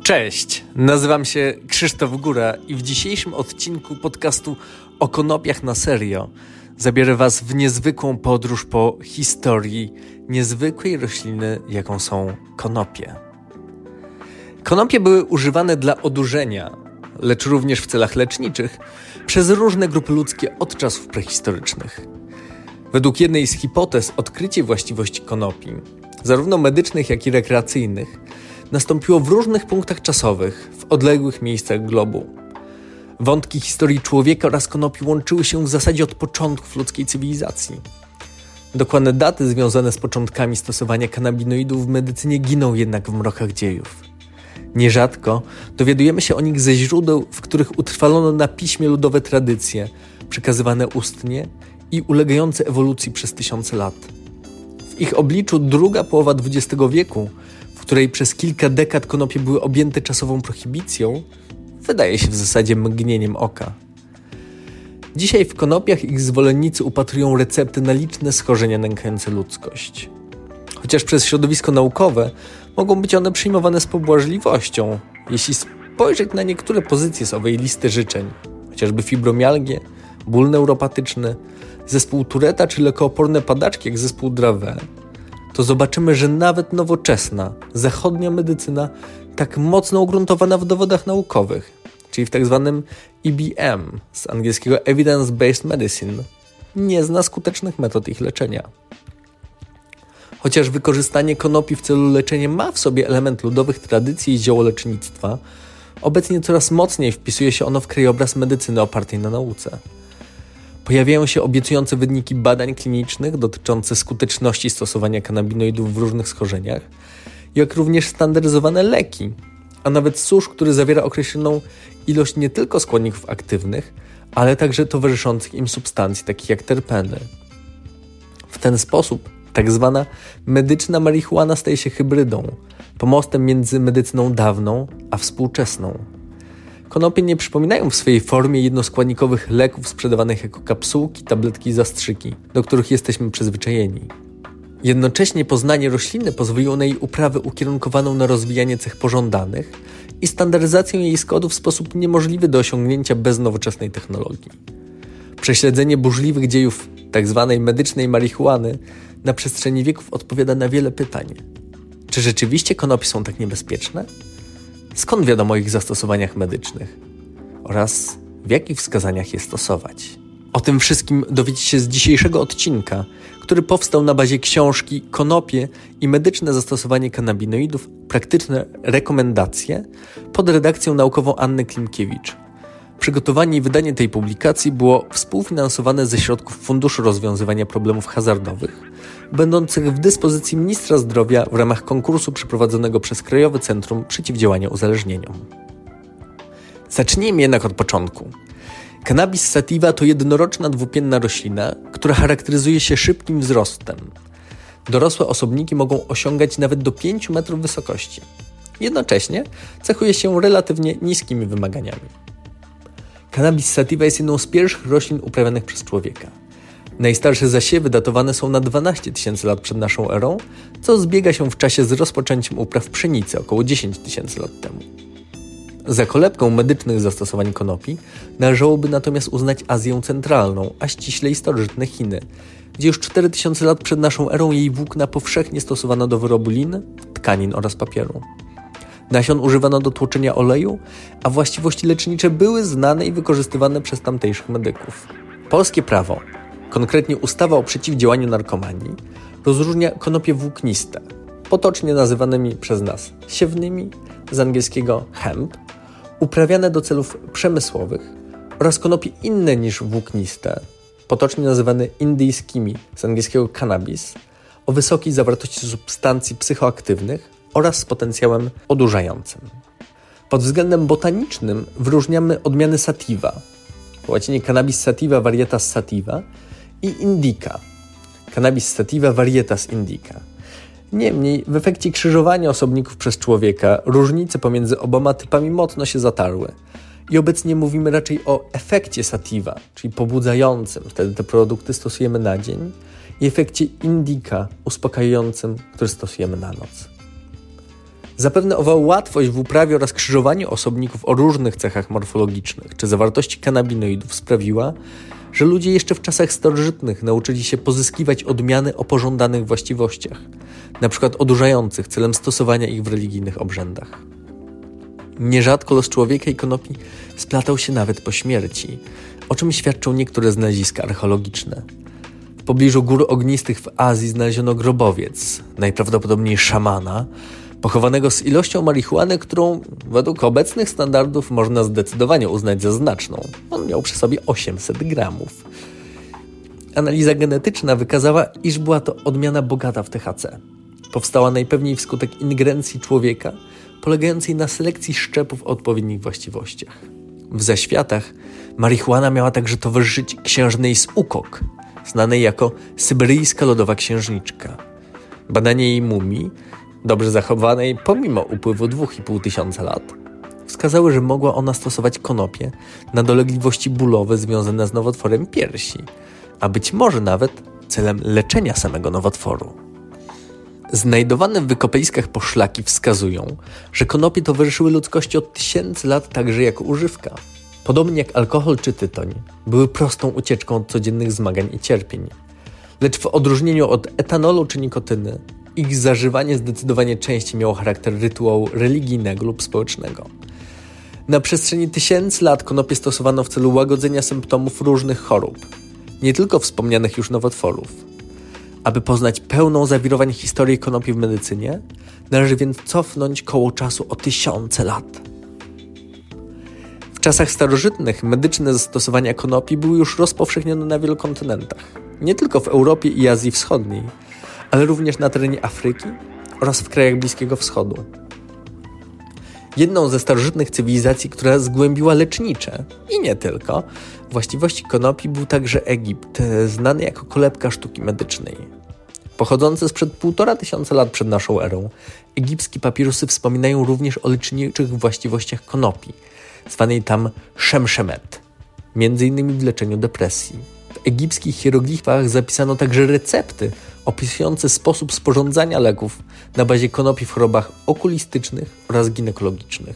Cześć, nazywam się Krzysztof Góra i w dzisiejszym odcinku podcastu o konopiach na serio zabiorę Was w niezwykłą podróż po historii niezwykłej rośliny, jaką są konopie. Konopie były używane dla odurzenia, lecz również w celach leczniczych przez różne grupy ludzkie od czasów prehistorycznych. Według jednej z hipotez odkrycie właściwości konopi, zarówno medycznych, jak i rekreacyjnych, nastąpiło w różnych punktach czasowych, w odległych miejscach globu. Wątki historii człowieka oraz konopi łączyły się w zasadzie od początków ludzkiej cywilizacji. Dokładne daty związane z początkami stosowania kanabinoidów w medycynie giną jednak w mrokach dziejów. Nierzadko dowiadujemy się o nich ze źródeł, w których utrwalono na piśmie ludowe tradycje, przekazywane ustnie i ulegające ewolucji przez tysiące lat. W ich obliczu druga połowa XX wieku, w której przez kilka dekad konopie były objęte czasową prohibicją, wydaje się w zasadzie mgnieniem oka. Dzisiaj w konopiach ich zwolennicy upatrują recepty na liczne schorzenia nękające ludzkość. Chociaż przez środowisko naukowe mogą być one przyjmowane z pobłażliwością, jeśli spojrzeć na niektóre pozycje z owej listy życzeń, chociażby fibromialgię, ból neuropatyczny, zespół Touretta czy lekooporne padaczki jak zespół Dravet, to zobaczymy, że nawet nowoczesna, zachodnia medycyna, tak mocno ugruntowana w dowodach naukowych, czyli w tzw. EBM, z angielskiego Evidence-Based Medicine, nie zna skutecznych metod ich leczenia. Chociaż wykorzystanie konopi w celu leczenia ma w sobie element ludowych tradycji i ziołolecznictwa, obecnie coraz mocniej wpisuje się ono w krajobraz medycyny opartej na nauce. Pojawiają się obiecujące wyniki badań klinicznych dotyczące skuteczności stosowania kanabinoidów w różnych schorzeniach, jak również standaryzowane leki, a nawet susz, który zawiera określoną ilość nie tylko składników aktywnych, ale także towarzyszących im substancji, takich jak terpeny. W ten sposób tak zwana medyczna marihuana staje się hybrydą, pomostem między medycyną dawną a współczesną. Konopie nie przypominają w swojej formie jednoskładnikowych leków sprzedawanych jako kapsułki, tabletki i zastrzyki, do których jesteśmy przyzwyczajeni. Jednocześnie poznanie rośliny pozwoliło na jej uprawę ukierunkowaną na rozwijanie cech pożądanych i standaryzację jej składów w sposób niemożliwy do osiągnięcia bez nowoczesnej technologii. Prześledzenie burzliwych dziejów tzw. medycznej marihuany na przestrzeni wieków odpowiada na wiele pytań. Czy rzeczywiście konopie są tak niebezpieczne? Skąd wiadomo o ich zastosowaniach medycznych? Oraz w jakich wskazaniach je stosować? O tym wszystkim dowiecie się z dzisiejszego odcinka, który powstał na bazie książki Konopie i medyczne zastosowanie kanabinoidów – praktyczne rekomendacje pod redakcją naukową Anny Klimkiewicz. Przygotowanie i wydanie tej publikacji było współfinansowane ze środków Funduszu Rozwiązywania Problemów Hazardowych, będących w dyspozycji Ministra Zdrowia w ramach konkursu przeprowadzonego przez Krajowe Centrum Przeciwdziałania Uzależnieniom. Zacznijmy jednak od początku. Cannabis sativa to jednoroczna dwupienna roślina, która charakteryzuje się szybkim wzrostem. Dorosłe osobniki mogą osiągać nawet do 5 metrów wysokości. Jednocześnie cechuje się relatywnie niskimi wymaganiami. Cannabis sativa jest jedną z pierwszych roślin uprawianych przez człowieka. Najstarsze zasiewy datowane są na 12 tysięcy lat przed naszą erą, co zbiega się w czasie z rozpoczęciem upraw pszenicy około 10 tysięcy lat temu. Za kolebką medycznych zastosowań konopi należałoby natomiast uznać Azję Centralną, a ściślej starożytne Chiny, gdzie już 4000 lat przed naszą erą jej włókna powszechnie stosowano do wyrobu lin, tkanin oraz papieru. Nasion używano do tłoczenia oleju, a właściwości lecznicze były znane i wykorzystywane przez tamtejszych medyków. Polskie prawo, konkretnie ustawa o przeciwdziałaniu narkomanii, rozróżnia konopie włókniste, potocznie nazywanymi przez nas siewnymi, z angielskiego hemp, uprawiane do celów przemysłowych, oraz konopie inne niż włókniste, potocznie nazywane indyjskimi, z angielskiego cannabis, o wysokiej zawartości substancji psychoaktywnych oraz z potencjałem odurzającym. Pod względem botanicznym wyróżniamy odmiany sativa, po łacinie Cannabis sativa varietas sativa i indica, Cannabis sativa varietas indica. Niemniej w efekcie krzyżowania osobników przez człowieka różnice pomiędzy oboma typami mocno się zatarły i obecnie mówimy raczej o efekcie sativa, czyli pobudzającym, wtedy te produkty stosujemy na dzień, i efekcie indica, uspokajającym, który stosujemy na noc. Zapewne owa łatwość w uprawie oraz krzyżowaniu osobników o różnych cechach morfologicznych czy zawartości kanabinoidów sprawiła, że ludzie jeszcze w czasach starożytnych nauczyli się pozyskiwać odmiany o pożądanych właściwościach, np. odurzających celem stosowania ich w religijnych obrzędach. Nierzadko los człowieka i konopi splatał się nawet po śmierci, o czym świadczą niektóre znaleziska archeologiczne. W pobliżu gór ognistych w Azji znaleziono grobowiec, najprawdopodobniej szamana, pochowanego z ilością marihuany, którą według obecnych standardów można zdecydowanie uznać za znaczną. On miał przy sobie 800 gramów. Analiza genetyczna wykazała, iż była to odmiana bogata w THC. Powstała najpewniej wskutek ingerencji człowieka, polegającej na selekcji szczepów o odpowiednich właściwościach. W zaświatach marihuana miała także towarzyszyć księżnej z Ukok, znanej jako syberyjska lodowa księżniczka. Badanie jej mumii, dobrze zachowanej pomimo upływu 2500 lat, wskazały, że mogła ona stosować konopie na dolegliwości bólowe związane z nowotworem piersi, a być może nawet celem leczenia samego nowotworu. Znajdowane w wykopaliskach poszlaki wskazują, że konopie towarzyszyły ludzkości od 1000 lat także jako używka. Podobnie jak alkohol czy tytoń, były prostą ucieczką od codziennych zmagań i cierpień. Lecz w odróżnieniu od etanolu czy nikotyny, ich zażywanie zdecydowanie częściej miało charakter rytuału religijnego lub społecznego. Na przestrzeni 1000 lat konopie stosowano w celu łagodzenia symptomów różnych chorób, nie tylko wspomnianych już nowotworów. Aby poznać pełną zawirowań historii konopi w medycynie, należy więc cofnąć koło czasu o 1000 lat. W czasach starożytnych medyczne zastosowania konopi były już rozpowszechnione na wielu kontynentach, nie tylko w Europie i Azji Wschodniej, ale również na terenie Afryki oraz w krajach Bliskiego Wschodu. Jedną ze starożytnych cywilizacji, która zgłębiła lecznicze i nie tylko właściwości konopi, był także Egipt, znany jako kolebka sztuki medycznej. Pochodzące sprzed 1500 lat przed naszą erą, egipskie papirusy wspominają również o leczniczych właściwościach konopi, zwanej tam szemszemet, m.in. w leczeniu depresji. W egipskich hieroglifach zapisano także recepty opisujące sposób sporządzania leków na bazie konopi w chorobach okulistycznych oraz ginekologicznych.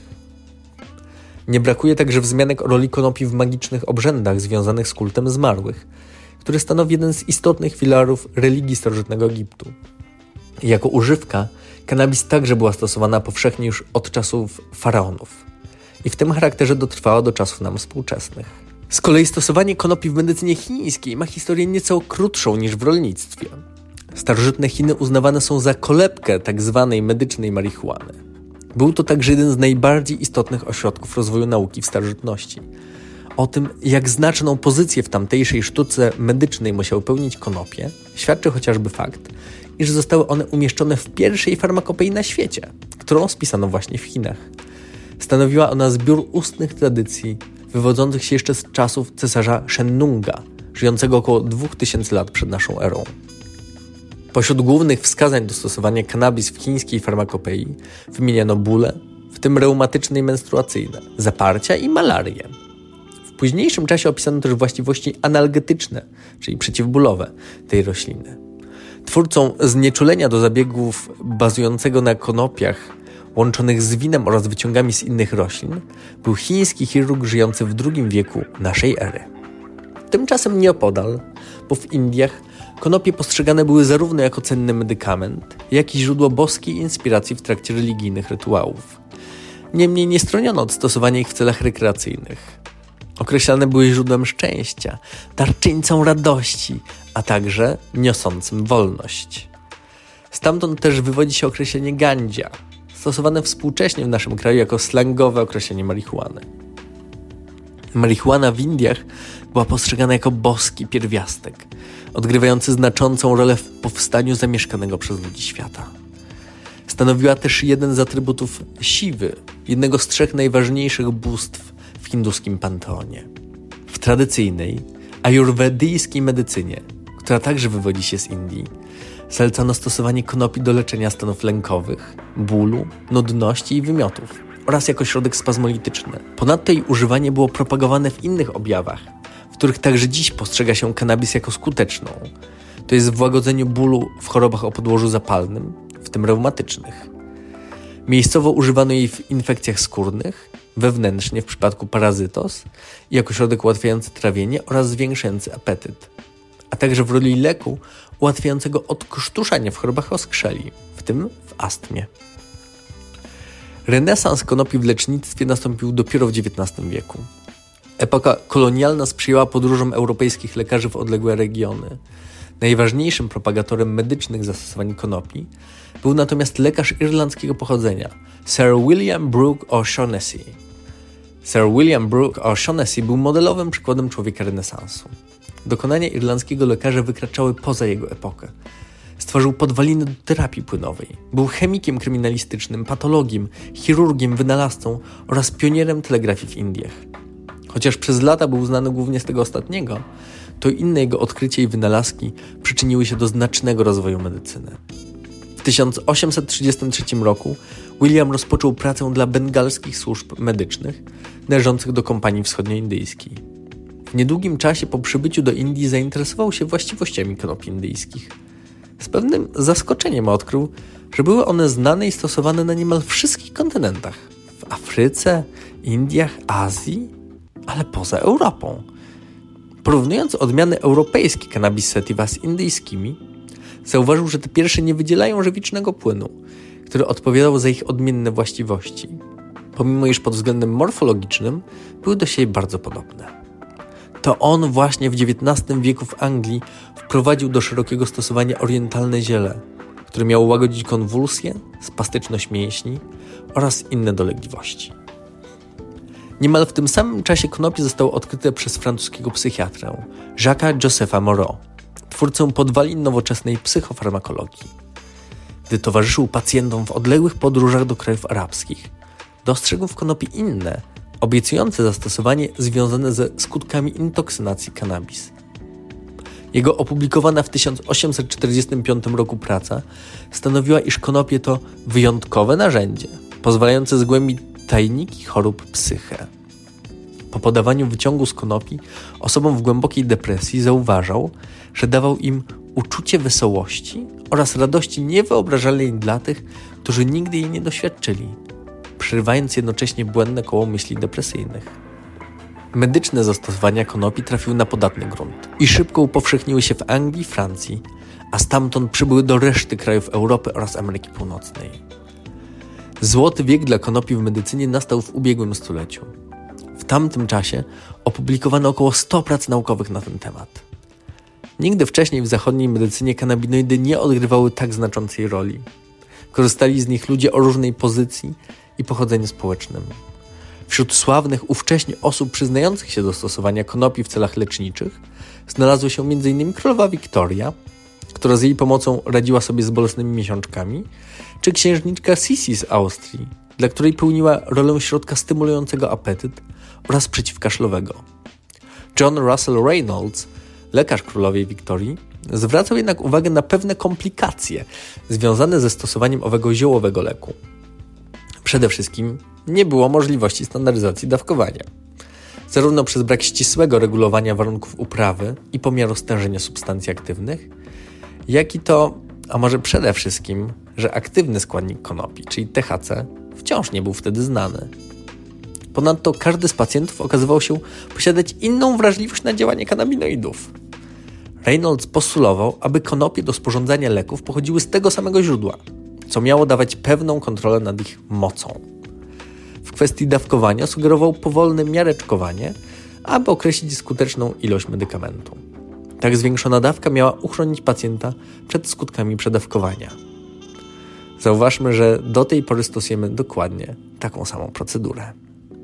Nie brakuje także wzmianek o roli konopi w magicznych obrzędach związanych z kultem zmarłych, który stanowi jeden z istotnych filarów religii starożytnego Egiptu. Jako używka kanabis także była stosowana powszechnie już od czasów faraonów i w tym charakterze dotrwała do czasów nam współczesnych. Z kolei stosowanie konopi w medycynie chińskiej ma historię nieco krótszą niż w rolnictwie. Starożytne Chiny uznawane są za kolebkę tzw. medycznej marihuany. Był to także jeden z najbardziej istotnych ośrodków rozwoju nauki w starożytności. O tym, jak znaczną pozycję w tamtejszej sztuce medycznej musiały pełnić konopie, świadczy chociażby fakt, iż zostały one umieszczone w pierwszej farmakopei na świecie, którą spisano właśnie w Chinach. Stanowiła ona zbiór ustnych tradycji wywodzących się jeszcze z czasów cesarza Shennunga, żyjącego około 2000 lat przed naszą erą. Pośród głównych wskazań do stosowania kanabis w chińskiej farmakopei wymieniano bóle, w tym reumatyczne i menstruacyjne, zaparcia i malarię. W późniejszym czasie opisano też właściwości analgetyczne, czyli przeciwbólowe tej rośliny. Twórcą znieczulenia do zabiegów bazującego na konopiach łączonych z winem oraz wyciągami z innych roślin był chiński chirurg żyjący w II wieku naszej ery. Tymczasem nieopodal, bo w Indiach konopie postrzegane były zarówno jako cenny medykament, jak i źródło boskiej inspiracji w trakcie religijnych rytuałów. Niemniej nie stroniono od stosowania ich w celach rekreacyjnych. Określane były źródłem szczęścia, darczyńcą radości, a także niosącym wolność. Stamtąd też wywodzi się określenie gandzia, stosowane współcześnie w naszym kraju jako slangowe określenie marihuany. Marihuana w Indiach była postrzegana jako boski pierwiastek, odgrywający znaczącą rolę w powstaniu zamieszkanego przez ludzi świata. Stanowiła też jeden z atrybutów Siwy, jednego z 3 najważniejszych bóstw w hinduskim panteonie. W tradycyjnej, ajurwedyjskiej medycynie, która także wywodzi się z Indii, zalecano stosowanie konopi do leczenia stanów lękowych, bólu, nudności i wymiotów oraz jako środek spazmolityczny. Ponadto jej używanie było propagowane w innych objawach, w których także dziś postrzega się kanabis jako skuteczną, to jest w łagodzeniu bólu w chorobach o podłożu zapalnym, w tym reumatycznych. Miejscowo używano jej w infekcjach skórnych, wewnętrznie w przypadku parazytos i jako środek ułatwiający trawienie oraz zwiększający apetyt, a także w roli leku ułatwiającego odkrztuszanie w chorobach oskrzeli, w tym w astmie. Renesans konopi w lecznictwie nastąpił dopiero w XIX wieku. Epoka kolonialna sprzyjała podróżom europejskich lekarzy w odległe regiony. Najważniejszym propagatorem medycznych zastosowań konopi był natomiast lekarz irlandzkiego pochodzenia, Sir William Brooke O'Shaughnessy. Sir William Brooke O'Shaughnessy był modelowym przykładem człowieka renesansu. Dokonania irlandzkiego lekarza wykraczały poza jego epokę. Stworzył podwaliny do terapii płynowej. Był chemikiem kryminalistycznym, patologiem, chirurgiem, wynalazcą oraz pionierem telegrafii w Indiach. Chociaż przez lata był znany głównie z tego ostatniego, to inne jego odkrycia i wynalazki przyczyniły się do znacznego rozwoju medycyny. W 1833 roku William rozpoczął pracę dla bengalskich służb medycznych należących do Kompanii Wschodnioindyjskiej. W niedługim czasie po przybyciu do Indii zainteresował się właściwościami konopi indyjskich. Z pewnym zaskoczeniem odkrył, że były one znane i stosowane na niemal wszystkich kontynentach. W Afryce, Indiach, Azji, ale poza Europą. Porównując odmiany europejskie cannabis sativa z indyjskimi, zauważył, że te pierwsze nie wydzielają żywicznego płynu, który odpowiadał za ich odmienne właściwości, pomimo iż pod względem morfologicznym były do siebie bardzo podobne. To on właśnie w XIX wieku w Anglii wprowadził do szerokiego stosowania orientalne ziele, które miało łagodzić konwulsje, spastyczność mięśni oraz inne dolegliwości. Niemal w tym samym czasie konopie zostało odkryte przez francuskiego psychiatrę Jacques'a Josepha Moreau, twórcę podwalin nowoczesnej psychofarmakologii. Gdy towarzyszył pacjentom w odległych podróżach do krajów arabskich, dostrzegł w konopi inne, obiecujące zastosowanie związane ze skutkami intoksynacji cannabis. Jego opublikowana w 1845 roku praca stanowiła, iż konopie to wyjątkowe narzędzie, pozwalające zgłębić tajniki chorób psyche. Po podawaniu wyciągu z konopi osobom w głębokiej depresji zauważał, że dawał im uczucie wesołości oraz radości niewyobrażalnej dla tych, którzy nigdy jej nie doświadczyli, przerywając jednocześnie błędne koło myśli depresyjnych. Medyczne zastosowania konopi trafiły na podatny grunt i szybko upowszechniły się w Anglii, Francji, a stamtąd przybyły do reszty krajów Europy oraz Ameryki Północnej. Złoty wiek dla konopi w medycynie nastał w ubiegłym stuleciu. W tamtym czasie opublikowano około 100 prac naukowych na ten temat. Nigdy wcześniej w zachodniej medycynie kanabinoidy nie odgrywały tak znaczącej roli. Korzystali z nich ludzie o różnej pozycji i pochodzeniu społecznym. Wśród sławnych ówcześnie osób przyznających się do stosowania konopi w celach leczniczych znalazła się m.in. królowa Wiktoria, która z jej pomocą radziła sobie z bolesnymi miesiączkami, czy księżniczka Sisi z Austrii, dla której pełniła rolę środka stymulującego apetyt oraz przeciwkaszlowego. John Russell Reynolds, lekarz królowej Wiktorii, zwracał jednak uwagę na pewne komplikacje związane ze stosowaniem owego ziołowego leku. Przede wszystkim nie było możliwości standaryzacji dawkowania, zarówno przez brak ścisłego regulowania warunków uprawy i pomiaru stężenia substancji aktywnych, jak i to, a może przede wszystkim, że aktywny składnik konopi, czyli THC, wciąż nie był wtedy znany. Ponadto każdy z pacjentów okazywał się posiadać inną wrażliwość na działanie kanabinoidów. Reynolds postulował, aby konopie do sporządzania leków pochodziły z tego samego źródła, co miało dawać pewną kontrolę nad ich mocą. W kwestii dawkowania sugerował powolne miareczkowanie, aby określić skuteczną ilość medykamentu. Tak zwiększona dawka miała uchronić pacjenta przed skutkami przedawkowania. Zauważmy, że do tej pory stosujemy dokładnie taką samą procedurę.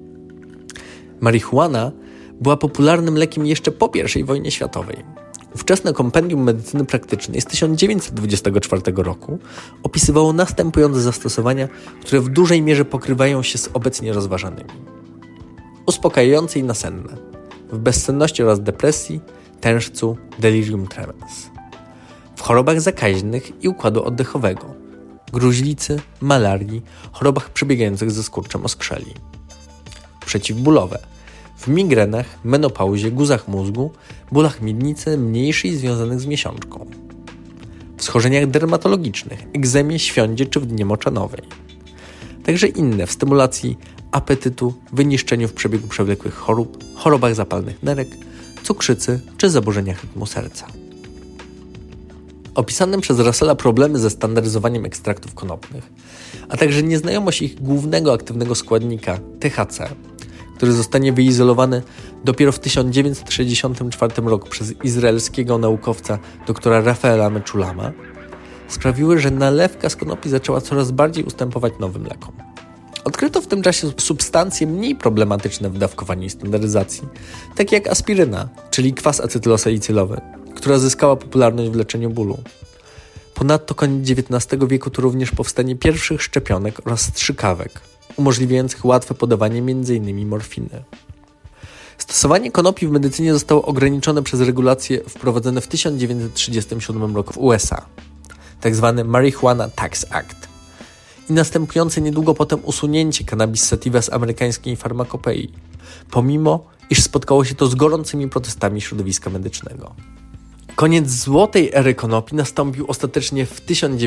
Marihuana była popularnym lekiem jeszcze po I wojnie światowej. Ówczesne kompendium medycyny praktycznej z 1924 roku opisywało następujące zastosowania, które w dużej mierze pokrywają się z obecnie rozważanymi. Uspokajające i nasenne, w bezsenności oraz depresji, tężcu, delirium tremens. W chorobach zakaźnych i układu oddechowego, gruźlicy, malarii, chorobach przebiegających ze skurczem oskrzeli. Przeciwbólowe, w migrenach, menopauzie, guzach mózgu, bólach miednicy mniejszej związanych z miesiączką. W schorzeniach dermatologicznych, egzemie, świądzie czy w dnie moczanowej. także inne w stymulacji apetytu, wyniszczeniu w przebiegu przewlekłych chorób, chorobach zapalnych nerek, cukrzycy czy zaburzeniach rytmu serca. Opisanym przez Russella problemy ze standaryzowaniem ekstraktów konopnych, a także nieznajomość ich głównego aktywnego składnika THC, który zostanie wyizolowany dopiero w 1964 roku przez izraelskiego naukowca dr. Rafaela Mechulama, sprawiły, że nalewka z konopi zaczęła coraz bardziej ustępować nowym lekom. Odkryto w tym czasie substancje mniej problematyczne w dawkowaniu i standaryzacji, takie jak aspiryna, czyli kwas acetylosalicylowy, która zyskała popularność w leczeniu bólu. Ponadto koniec XIX wieku to również powstanie pierwszych szczepionek oraz strzykawek, umożliwiających łatwe podawanie m.in. morfiny. Stosowanie konopi w medycynie zostało ograniczone przez regulacje wprowadzone w 1937 roku w USA, tzw. Marijuana Tax Act, i następujące niedługo potem usunięcie cannabis sativa z amerykańskiej farmakopei, pomimo iż spotkało się to z gorącymi protestami środowiska medycznego. Koniec złotej ery konopi nastąpił ostatecznie w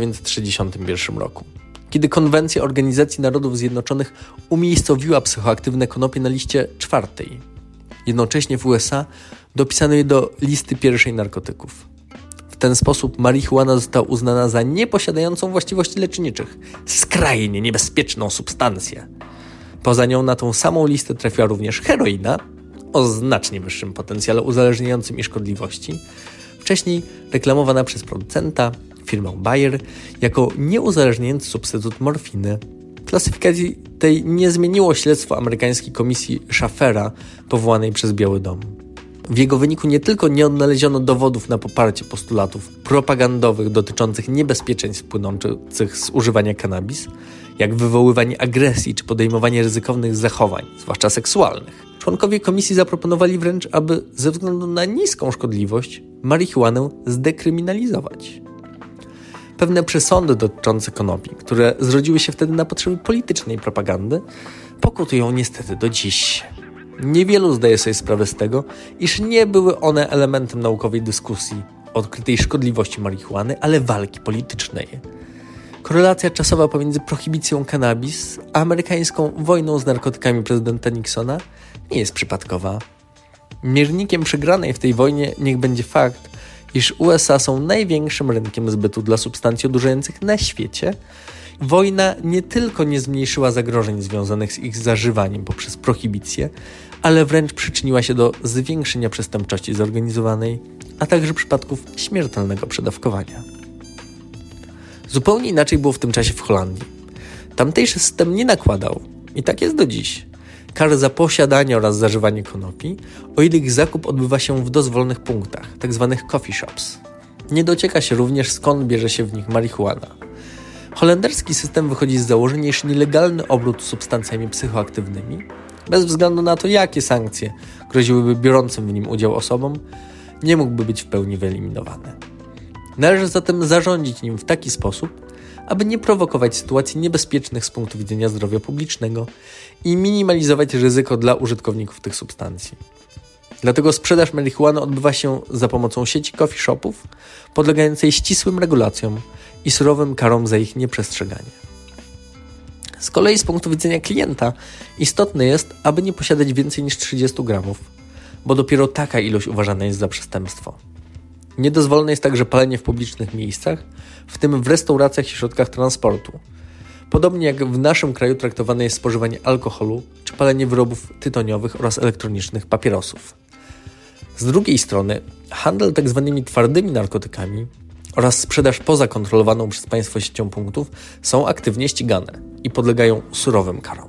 1961 roku, kiedy Konwencja Organizacji Narodów Zjednoczonych umiejscowiła psychoaktywne konopie na liście 4. Jednocześnie w USA dopisano je do listy pierwszej narkotyków. W ten sposób marihuana została uznana za nieposiadającą właściwości leczniczych, skrajnie niebezpieczną substancję. Poza nią na tą samą listę trafiła również heroina, o znacznie wyższym potencjale uzależniającym i szkodliwości, wcześniej reklamowana przez producenta, firmę Bayer, jako nieuzależniający substytut morfiny. Klasyfikacji tej nie zmieniło śledztwo amerykańskiej komisji Schaffera powołanej przez Biały Dom. W jego wyniku nie tylko nie odnaleziono dowodów na poparcie postulatów propagandowych dotyczących niebezpieczeństw płynących z używania cannabis, jak wywoływanie agresji czy podejmowanie ryzykownych zachowań, zwłaszcza seksualnych. Członkowie komisji zaproponowali wręcz, aby ze względu na niską szkodliwość marihuanę zdekryminalizować. Pewne przesądy dotyczące konopi, które zrodziły się wtedy na potrzeby politycznej propagandy, pokutują niestety do dziś. Niewielu zdaje sobie sprawę z tego, iż nie były one elementem naukowej dyskusji o odkrytej szkodliwości marihuany, ale walki politycznej. Korelacja czasowa pomiędzy prohibicją cannabis a amerykańską wojną z narkotykami prezydenta Nixona nie jest przypadkowa. Miernikiem przegranej w tej wojnie niech będzie fakt, iż USA są największym rynkiem zbytu dla substancji odurzających na świecie. Wojna nie tylko nie zmniejszyła zagrożeń związanych z ich zażywaniem poprzez prohibicję, ale wręcz przyczyniła się do zwiększenia przestępczości zorganizowanej, a także przypadków śmiertelnego przedawkowania. Zupełnie inaczej było w tym czasie w Holandii. Tamtejszy system nie nakładał, i tak jest do dziś, kar za posiadanie oraz zażywanie konopi, o ile ich zakup odbywa się w dozwolonych punktach, tzw. coffee shops. Nie docieka się również, skąd bierze się w nich marihuana. Holenderski system wychodzi z założenia, iż nielegalny obrót substancjami psychoaktywnymi, bez względu na to, jakie sankcje groziłyby biorącym w nim udział osobom, nie mógłby być w pełni wyeliminowany. Należy zatem zarządzić nim w taki sposób, aby nie prowokować sytuacji niebezpiecznych z punktu widzenia zdrowia publicznego i minimalizować ryzyko dla użytkowników tych substancji. Dlatego sprzedaż marihuany odbywa się za pomocą sieci coffee shopów podlegającej ścisłym regulacjom i surowym karom za ich nieprzestrzeganie. Z kolei z punktu widzenia klienta istotne jest, aby nie posiadać więcej niż 30 gramów, bo dopiero taka ilość uważana jest za przestępstwo. Niedozwolone jest także palenie w publicznych miejscach, w tym w restauracjach i środkach transportu. Podobnie jak w naszym kraju traktowane jest spożywanie alkoholu czy palenie wyrobów tytoniowych oraz elektronicznych papierosów. Z drugiej strony handel tzw. twardymi narkotykami oraz sprzedaż poza kontrolowaną przez państwo siecią punktów są aktywnie ścigane i podlegają surowym karom.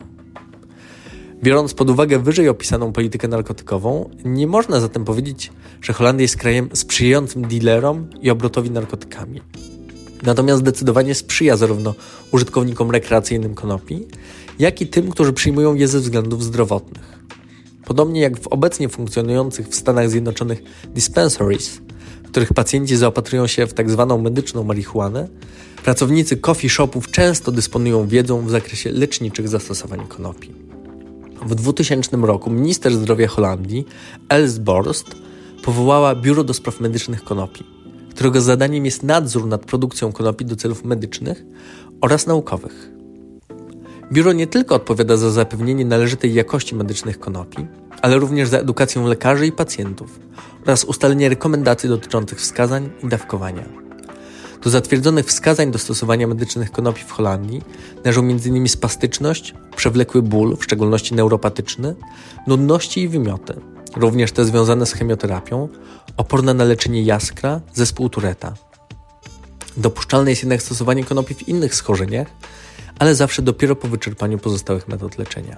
Biorąc pod uwagę wyżej opisaną politykę narkotykową, nie można zatem powiedzieć, że Holandia jest krajem sprzyjającym dealerom i obrotowi narkotykami. Natomiast zdecydowanie sprzyja zarówno użytkownikom rekreacyjnym konopi, jak i tym, którzy przyjmują je ze względów zdrowotnych. Podobnie jak w obecnie funkcjonujących w Stanach Zjednoczonych dispensaries, w których pacjenci zaopatrują się w tzw. medyczną marihuanę, pracownicy coffee shopów często dysponują wiedzą w zakresie leczniczych zastosowań konopi. W 2000 roku minister zdrowia Holandii, Els Borst, powołała Biuro do Spraw Medycznych Konopi, którego zadaniem jest nadzór nad produkcją konopi do celów medycznych oraz naukowych. Biuro nie tylko odpowiada za zapewnienie należytej jakości medycznych konopi, ale również za edukację lekarzy i pacjentów oraz ustalenie rekomendacji dotyczących wskazań i dawkowania. Do zatwierdzonych wskazań do stosowania medycznych konopi w Holandii należą m.in. spastyczność, przewlekły ból, w szczególności neuropatyczny, nudności i wymioty, również te związane z chemioterapią, oporne na leczenie jaskra, zespół Touretta. Dopuszczalne jest jednak stosowanie konopi w innych schorzeniach, ale zawsze dopiero po wyczerpaniu pozostałych metod leczenia.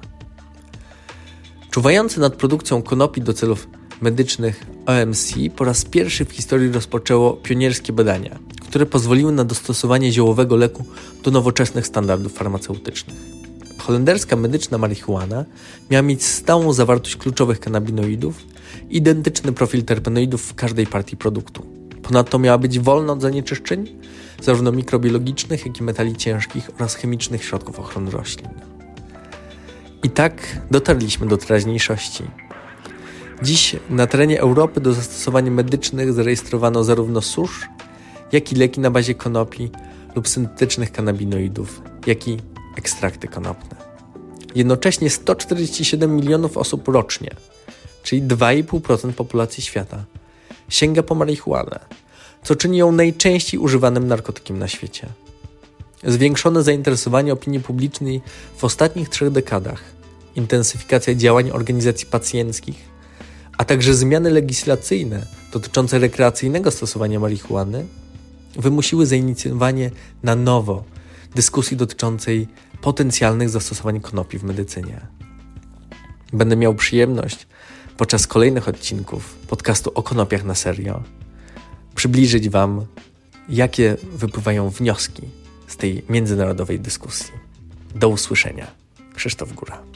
Czuwający nad produkcją konopi do celów medycznych OMC po raz pierwszy w historii rozpoczęło pionierskie badania, które pozwoliły na dostosowanie ziołowego leku do nowoczesnych standardów farmaceutycznych. Holenderska medyczna marihuana miała mieć stałą zawartość kluczowych kanabinoidów, identyczny profil terpenoidów w każdej partii produktu. Ponadto miała być wolna od zanieczyszczeń, zarówno mikrobiologicznych, jak i metali ciężkich oraz chemicznych środków ochrony roślin. I tak dotarliśmy do teraźniejszości. Dziś na terenie Europy do zastosowań medycznych zarejestrowano zarówno susz, jak i leki na bazie konopi lub syntetycznych kanabinoidów, jak i ekstrakty konopne. Jednocześnie 147 milionów osób rocznie, czyli 2,5% populacji świata, sięga po marihuanę, co czyni ją najczęściej używanym narkotykiem na świecie. Zwiększone zainteresowanie opinii publicznej w ostatnich 3 dekadach, intensyfikacja działań organizacji pacjenckich, a także zmiany legislacyjne dotyczące rekreacyjnego stosowania marihuany wymusiły zainicjowanie na nowo dyskusji dotyczącej potencjalnych zastosowań konopi w medycynie. Będę miał przyjemność podczas kolejnych odcinków podcastu o konopiach na serio przybliżyć Wam, jakie wypływają wnioski z tej międzynarodowej dyskusji. Do usłyszenia. Krzysztof Góra.